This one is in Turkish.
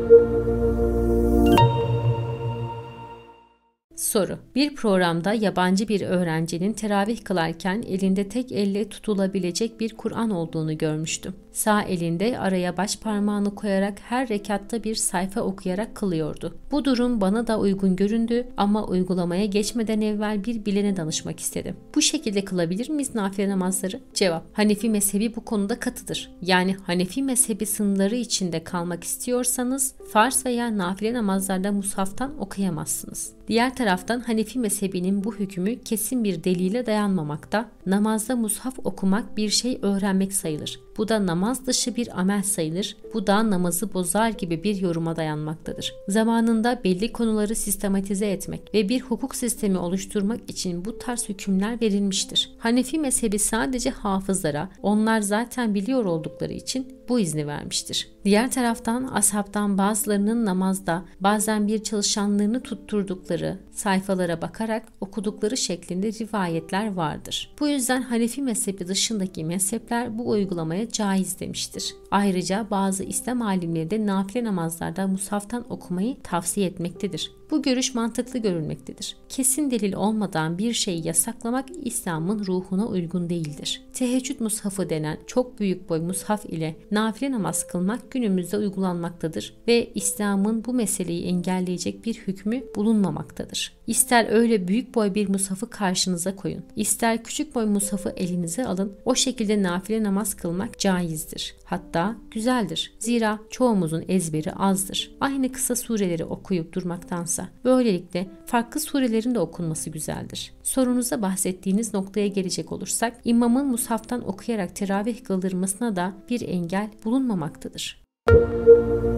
Soru: Bir programda yabancı bir öğrencinin teravih kılarken elinde tek elle tutulabilecek bir Kur'an olduğunu görmüştüm. Sağ elinde araya baş parmağını koyarak her rekatta bir sayfa okuyarak kılıyordu. Bu durum bana da uygun göründü ama uygulamaya geçmeden evvel bir bilene danışmak istedim. Bu şekilde kılabilir miyiz nafile namazları? Cevap: Hanefi mezhebi bu konuda katıdır. Yani Hanefi mezhebi sınırları içinde kalmak istiyorsanız farz veya nafile namazlarda mushaftan okuyamazsınız. Diğer taraftan Hanefi mezhebinin bu hükmü kesin bir delile dayanmamakta. Namazda mushaf okumak bir şey öğrenmek sayılır. Bu da namaz dışı bir amel sayılır. Bu da namazı bozar gibi bir yoruma dayanmaktadır. Zamanında belli konuları sistematize etmek ve bir hukuk sistemi oluşturmak için bu tarz hükümler verilmiştir. Hanefi mezhebi sadece hafızlara, onlar zaten biliyor oldukları için bu izni vermiştir. Diğer taraftan ashabtan bazılarının namazda bazen bir çalışanlarını tutturdukları sayfalara bakarak okudukları şeklinde rivayetler vardır. Bu yüzden Hanefi mezhebi dışındaki mezhepler bu uygulamaya caiz demiştir. Ayrıca bazı İslam alimleri de nafile namazlarda mushaftan okumayı tavsiye etmektedir. Bu görüş mantıklı görülmektedir. Kesin delil olmadan bir şeyi yasaklamak İslam'ın ruhuna uygun değildir. Teheccüd mushafı denen çok büyük boy mushaf ile nafile namaz kılmak günümüzde uygulanmaktadır ve İslam'ın bu meseleyi engelleyecek bir hükmü bulunmamaktadır. İster öyle büyük boy bir mushafı karşınıza koyun, ister küçük boy mushafı elinize alın, o şekilde nafile namaz kılmak caizdir. Hatta güzeldir. Zira çoğumuzun ezberi azdır. Aynı kısa sureleri okuyup durmaktansa böylelikle farklı surelerin de okunması güzeldir. Sorunuza bahsettiğiniz noktaya gelecek olursak, imamın mushaftan okuyarak teravih kıldırmasına da bir engel bulunmamaktadır.